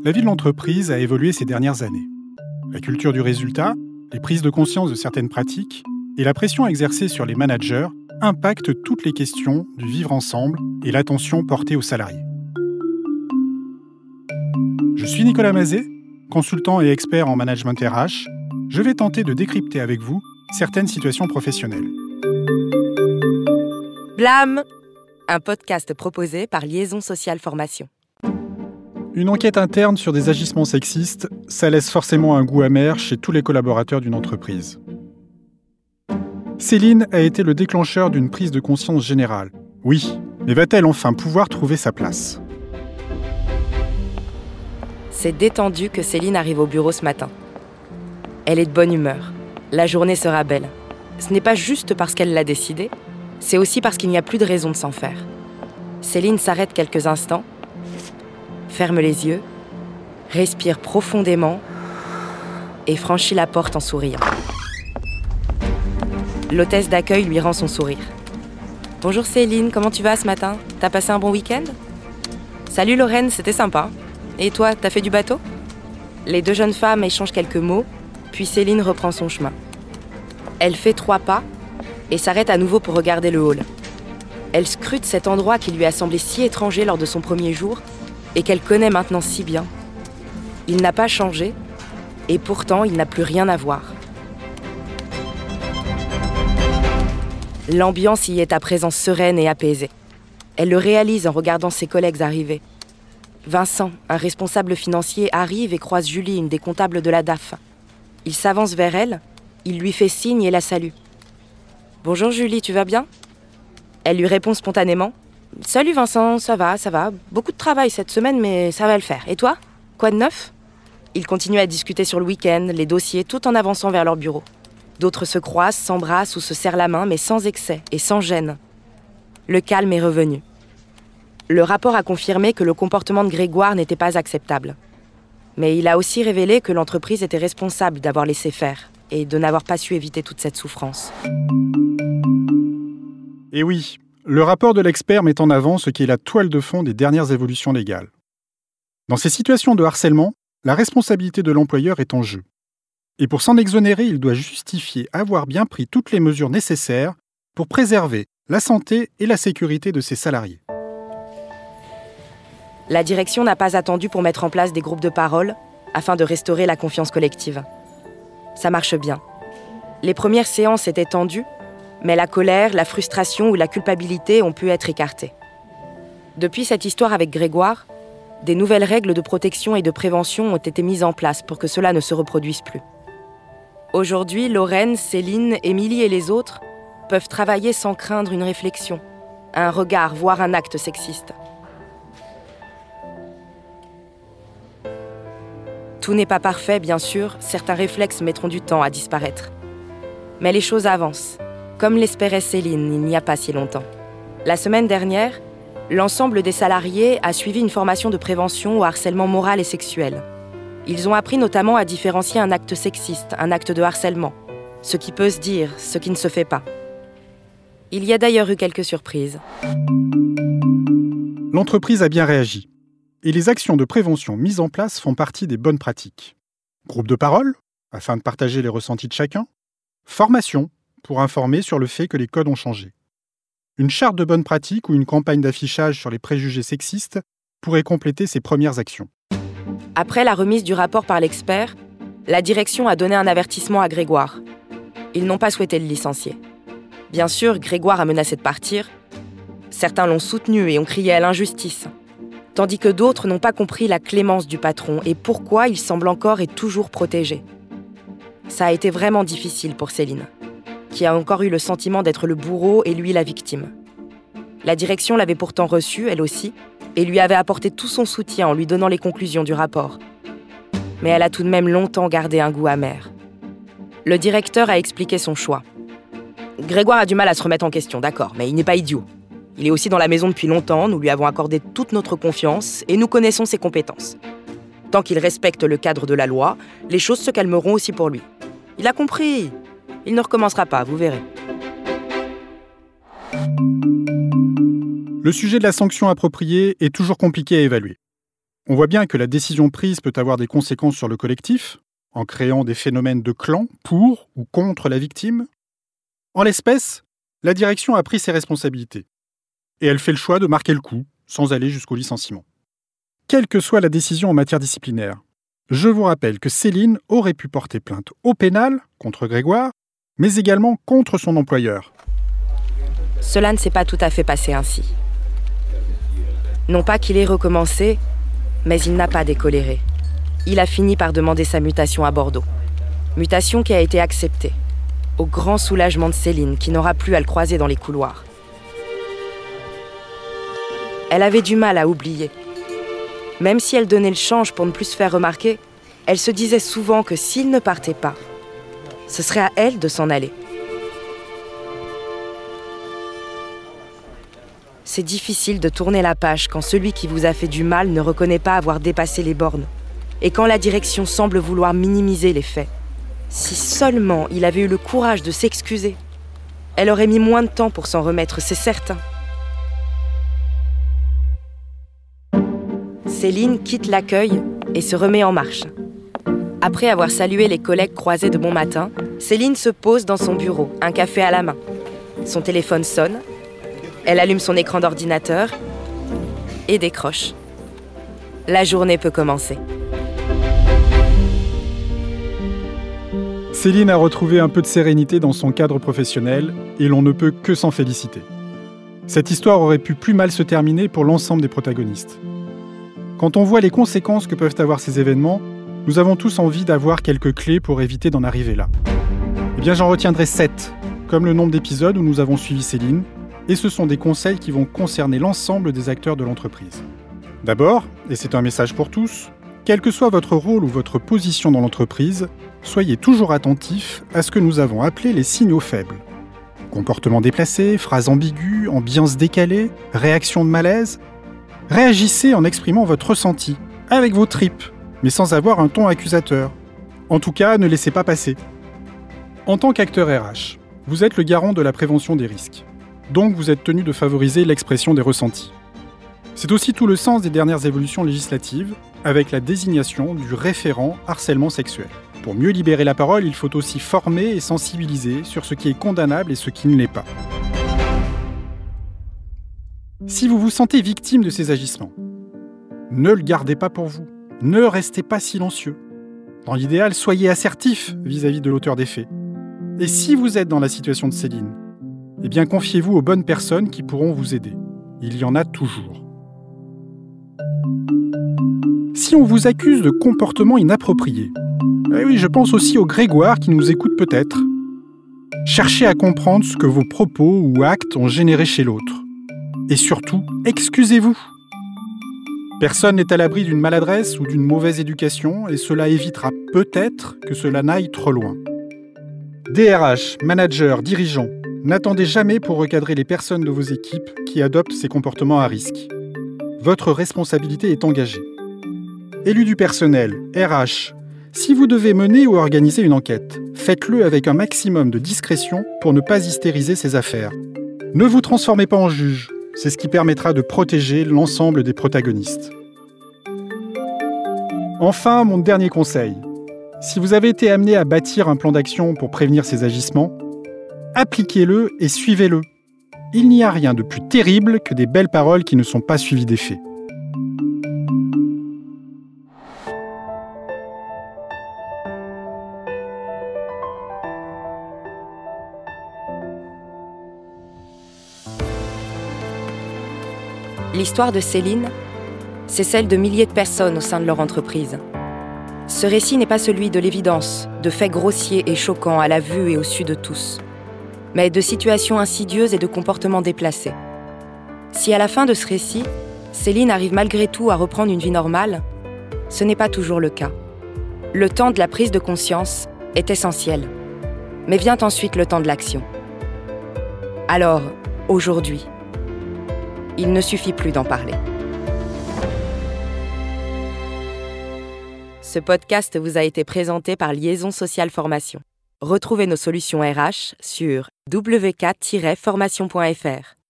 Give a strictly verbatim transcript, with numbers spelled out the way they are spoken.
La vie de l'entreprise a évolué ces dernières années. La culture du résultat, les prises de conscience de certaines pratiques et la pression exercée sur les managers impactent toutes les questions du vivre ensemble et l'attention portée aux salariés. Je suis Nicolas Mazet, consultant et expert en management R H. Je vais tenter de décrypter avec vous certaines situations professionnelles. Blam ! Un podcast proposé par Liaison Sociale Formation. Une enquête interne sur des agissements sexistes, ça laisse forcément un goût amer chez tous les collaborateurs d'une entreprise. Céline a été le déclencheur d'une prise de conscience générale. Oui, mais va-t-elle enfin pouvoir trouver sa place ? C'est détendu que Céline arrive au bureau ce matin. Elle est de bonne humeur. La journée sera belle. Ce n'est pas juste parce qu'elle l'a décidé, c'est aussi parce qu'il n'y a plus de raison de s'en faire. Céline s'arrête quelques instants, ferme les yeux, respire profondément et franchit la porte en souriant. L'hôtesse d'accueil lui rend son sourire. « Bonjour Céline, comment tu vas ce matin ? T'as passé un bon week-end ? » « Salut Lorraine, c'était sympa. Et toi, t'as fait du bateau ?» Les deux jeunes femmes échangent quelques mots, puis Céline reprend son chemin. Elle fait trois pas et s'arrête à nouveau pour regarder le hall. Elle scrute cet endroit qui lui a semblé si étranger lors de son premier jour et qu'elle connaît maintenant si bien. Il n'a pas changé, et pourtant il n'a plus rien à voir. L'ambiance y est à présent sereine et apaisée. Elle le réalise en regardant ses collègues arriver. Vincent, un responsable financier, arrive et croise Julie, une des comptables de la D A F. Il s'avance vers elle, il lui fait signe et la salue. « Bonjour Julie, tu vas bien ?» Elle lui répond spontanément. « Salut Vincent, ça va, ça va. Beaucoup de travail cette semaine, mais ça va le faire. Et toi ? Quoi de neuf ?» Ils continuent à discuter sur le week-end, les dossiers, tout en avançant vers leur bureau. D'autres se croisent, s'embrassent ou se serrent la main, mais sans excès et sans gêne. Le calme est revenu. Le rapport a confirmé que le comportement de Grégoire n'était pas acceptable. Mais il a aussi révélé que l'entreprise était responsable d'avoir laissé faire et de n'avoir pas su éviter toute cette souffrance. Et oui, le rapport de l'expert met en avant ce qui est la toile de fond des dernières évolutions légales. Dans ces situations de harcèlement, la responsabilité de l'employeur est en jeu. Et pour s'en exonérer, il doit justifier avoir bien pris toutes les mesures nécessaires pour préserver la santé et la sécurité de ses salariés. La direction n'a pas attendu pour mettre en place des groupes de parole afin de restaurer la confiance collective. Ça marche bien. Les premières séances étaient tendues, mais la colère, la frustration ou la culpabilité ont pu être écartées. Depuis cette histoire avec Grégoire, des nouvelles règles de protection et de prévention ont été mises en place pour que cela ne se reproduise plus. Aujourd'hui, Lorraine, Céline, Émilie et les autres peuvent travailler sans craindre une réflexion, un regard, voire un acte sexiste. Tout n'est pas parfait, bien sûr, certains réflexes mettront du temps à disparaître. Mais les choses avancent, comme l'espérait Céline il n'y a pas si longtemps. La semaine dernière, l'ensemble des salariés a suivi une formation de prévention au harcèlement moral et sexuel. Ils ont appris notamment à différencier un acte sexiste, un acte de harcèlement, ce qui peut se dire, ce qui ne se fait pas. Il y a d'ailleurs eu quelques surprises. L'entreprise a bien réagi. Et les actions de prévention mises en place font partie des bonnes pratiques. Groupe de parole, afin de partager les ressentis de chacun. Formation, pour informer sur le fait que les codes ont changé. Une charte de bonnes pratiques ou une campagne d'affichage sur les préjugés sexistes pourrait compléter ces premières actions. Après la remise du rapport par l'expert, la direction a donné un avertissement à Grégoire. Ils n'ont pas souhaité le licencier. Bien sûr, Grégoire a menacé de partir. Certains l'ont soutenu et ont crié à l'injustice. Tandis que d'autres n'ont pas compris la clémence du patron et pourquoi il semble encore et toujours protégé. Ça a été vraiment difficile pour Céline, qui a encore eu le sentiment d'être le bourreau et lui la victime. La direction l'avait pourtant reçu, elle aussi, et lui avait apporté tout son soutien en lui donnant les conclusions du rapport. Mais elle a tout de même longtemps gardé un goût amer. Le directeur a expliqué son choix. Grégoire a du mal à se remettre en question, d'accord, mais il n'est pas idiot. Il est aussi dans la maison depuis longtemps, nous lui avons accordé toute notre confiance et nous connaissons ses compétences. Tant qu'il respecte le cadre de la loi, les choses se calmeront aussi pour lui. Il a compris. Il ne recommencera pas, vous verrez. Le sujet de la sanction appropriée est toujours compliqué à évaluer. On voit bien que la décision prise peut avoir des conséquences sur le collectif, en créant des phénomènes de clan pour ou contre la victime. En l'espèce, la direction a pris ses responsabilités. Et elle fait le choix de marquer le coup, sans aller jusqu'au licenciement. Quelle que soit la décision en matière disciplinaire, je vous rappelle que Céline aurait pu porter plainte au pénal contre Grégoire, mais également contre son employeur. Cela ne s'est pas tout à fait passé ainsi. Non pas qu'il ait recommencé, mais il n'a pas décoléré. Il a fini par demander sa mutation à Bordeaux. Mutation qui a été acceptée, au grand soulagement de Céline, qui n'aura plus à le croiser dans les couloirs. Elle avait du mal à oublier. Même si elle donnait le change pour ne plus se faire remarquer, elle se disait souvent que s'il ne partait pas, ce serait à elle de s'en aller. C'est difficile de tourner la page quand celui qui vous a fait du mal ne reconnaît pas avoir dépassé les bornes et quand la direction semble vouloir minimiser les faits. Si seulement il avait eu le courage de s'excuser, elle aurait mis moins de temps pour s'en remettre, c'est certain. Céline quitte l'accueil et se remet en marche. Après avoir salué les collègues croisés de bon matin, Céline se pose dans son bureau, un café à la main. Son téléphone sonne. Elle allume son écran d'ordinateur et décroche. La journée peut commencer. Céline a retrouvé un peu de sérénité dans son cadre professionnel et l'on ne peut que s'en féliciter. Cette histoire aurait pu plus mal se terminer pour l'ensemble des protagonistes. Quand on voit les conséquences que peuvent avoir ces événements, nous avons tous envie d'avoir quelques clés pour éviter d'en arriver là. Eh bien, j'en retiendrai sept, comme le nombre d'épisodes où nous avons suivi Céline, et ce sont des conseils qui vont concerner l'ensemble des acteurs de l'entreprise. D'abord, et c'est un message pour tous, quel que soit votre rôle ou votre position dans l'entreprise, soyez toujours attentifs à ce que nous avons appelé les signaux faibles. Comportements déplacés, phrases ambiguës, ambiance décalée, réaction de malaise. Réagissez en exprimant votre ressenti, avec vos tripes, mais sans avoir un ton accusateur. En tout cas, ne laissez pas passer. En tant qu'acteur R H, vous êtes le garant de la prévention des risques. Donc vous êtes tenu de favoriser l'expression des ressentis. C'est aussi tout le sens des dernières évolutions législatives, avec la désignation du référent harcèlement sexuel. Pour mieux libérer la parole, il faut aussi former et sensibiliser sur ce qui est condamnable et ce qui ne l'est pas. Si vous vous sentez victime de ces agissements, ne le gardez pas pour vous. Ne restez pas silencieux. Dans l'idéal, soyez assertif vis-à-vis de l'auteur des faits. Et si vous êtes dans la situation de Céline, eh bien confiez-vous aux bonnes personnes qui pourront vous aider. Il y en a toujours. Si on vous accuse de comportement inapproprié, eh oui, je pense aussi au Grégoire qui nous écoute peut-être. Cherchez à comprendre ce que vos propos ou actes ont généré chez l'autre. Et surtout, excusez-vous. Personne n'est à l'abri d'une maladresse ou d'une mauvaise éducation et cela évitera peut-être que cela n'aille trop loin. D R H, managers, dirigeants, n'attendez jamais pour recadrer les personnes de vos équipes qui adoptent ces comportements à risque. Votre responsabilité est engagée. Élus du personnel, R H, si vous devez mener ou organiser une enquête, faites-le avec un maximum de discrétion pour ne pas hystériser ces affaires. Ne vous transformez pas en juge, c'est ce qui permettra de protéger l'ensemble des protagonistes. Enfin, mon dernier conseil. Si vous avez été amené à bâtir un plan d'action pour prévenir ces agissements, appliquez-le et suivez-le. Il n'y a rien de plus terrible que des belles paroles qui ne sont pas suivies des faits. L'histoire de Céline, c'est celle de milliers de personnes au sein de leur entreprise. Ce récit n'est pas celui de l'évidence, de faits grossiers et choquants à la vue et au su de tous, mais de situations insidieuses et de comportements déplacés. Si à la fin de ce récit, Céline arrive malgré tout à reprendre une vie normale, ce n'est pas toujours le cas. Le temps de la prise de conscience est essentiel, mais vient ensuite le temps de l'action. Alors, aujourd'hui, il ne suffit plus d'en parler. Ce podcast vous a été présenté par Liaison Sociale Formation. Retrouvez nos solutions R H sur w quatre tiret formation point f r.